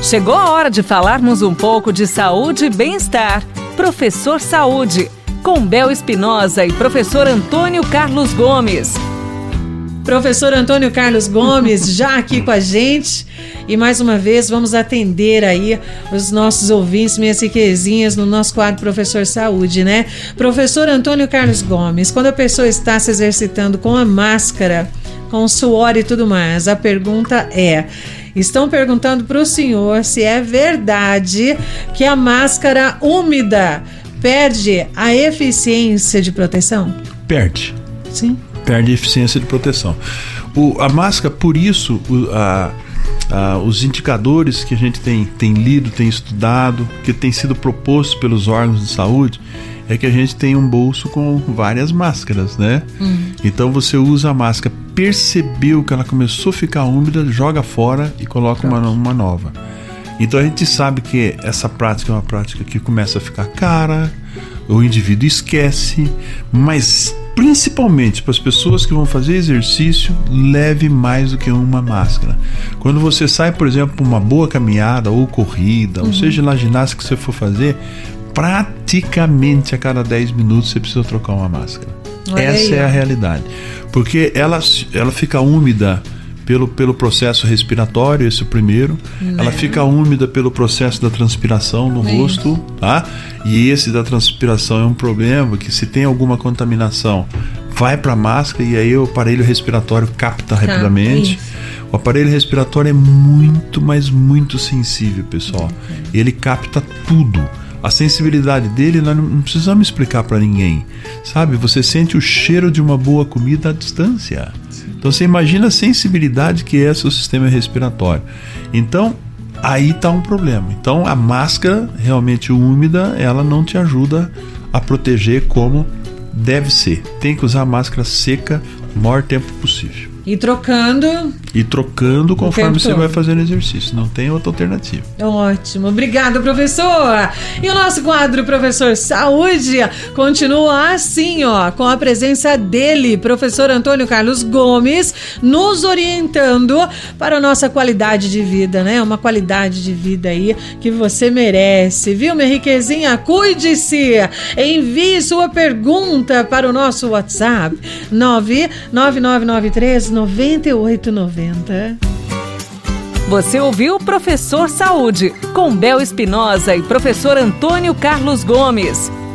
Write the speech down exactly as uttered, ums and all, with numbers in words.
Chegou a hora de falarmos um pouco de saúde e bem-estar. Professor Saúde, com Bel Espinosa e professor Antônio Carlos Gomes. Professor Antônio Carlos Gomes já aqui com a gente e mais uma vez vamos atender aí os nossos ouvintes, minhas riquezinhas, no nosso quadro Professor Saúde, né? Professor Antônio Carlos Gomes, quando a pessoa está se exercitando com a máscara, com suor e tudo mais, a pergunta é, estão perguntando para o senhor se é verdade que a máscara úmida perde a eficiência de proteção? Perde. Sim. Perde a eficiência de proteção. O, a máscara, por isso, o, a, a, os indicadores que a gente tem, tem lido, tem estudado, que tem sido proposto pelos órgãos de saúde, é que a gente tem um bolso com várias máscaras, né? Uhum. Então você usa a máscara, percebeu que ela começou a ficar úmida, joga fora e coloca uma, uma nova. Então a gente sabe que essa prática é uma prática que começa a ficar cara, o indivíduo esquece, mas principalmente para as pessoas que vão fazer exercício, leve mais do que uma máscara. Quando você sai, por exemplo, para uma boa caminhada ou corrida, uhum. ou seja lá ginástica que você for fazer, praticamente a cada dez minutos você precisa trocar uma máscara. Olha Essa aí, é a realidade. Porque ela, ela fica úmida Pelo, pelo processo respiratório, esse é o primeiro. Não. Ela fica úmida pelo processo da transpiração no Sim. rosto, tá? E esse da transpiração é um problema, que se tem alguma contaminação, vai para a máscara e aí o aparelho respiratório capta tá, rapidamente. Isso. O aparelho respiratório é muito, mas muito sensível, pessoal. Uhum. Ele capta tudo. A sensibilidade dele nós não precisamos explicar para ninguém, sabe? Você sente o cheiro de uma boa comida à distância. Então você imagina a sensibilidade que é seu sistema respiratório. Então aí está um problema. Então a máscara realmente úmida, ela não te ajuda a proteger como deve ser. Tem que usar a máscara seca o maior tempo possível. E trocando. E trocando conforme você vai fazendo exercício. Não tem outra alternativa. Ótimo. Obrigada, professor. E o nosso quadro Professor Saúde continua assim, ó, com a presença dele, professor Antônio Carlos Gomes, nos orientando para a nossa qualidade de vida, né? Uma qualidade de vida aí que você merece, viu, minha riquezinha? Cuide-se. Envie sua pergunta para o nosso WhatsApp nove nove nove nove três nove oito nove zero. Você ouviu Professor Saúde, com Bel Espinosa e professor Antônio Carlos Gomes.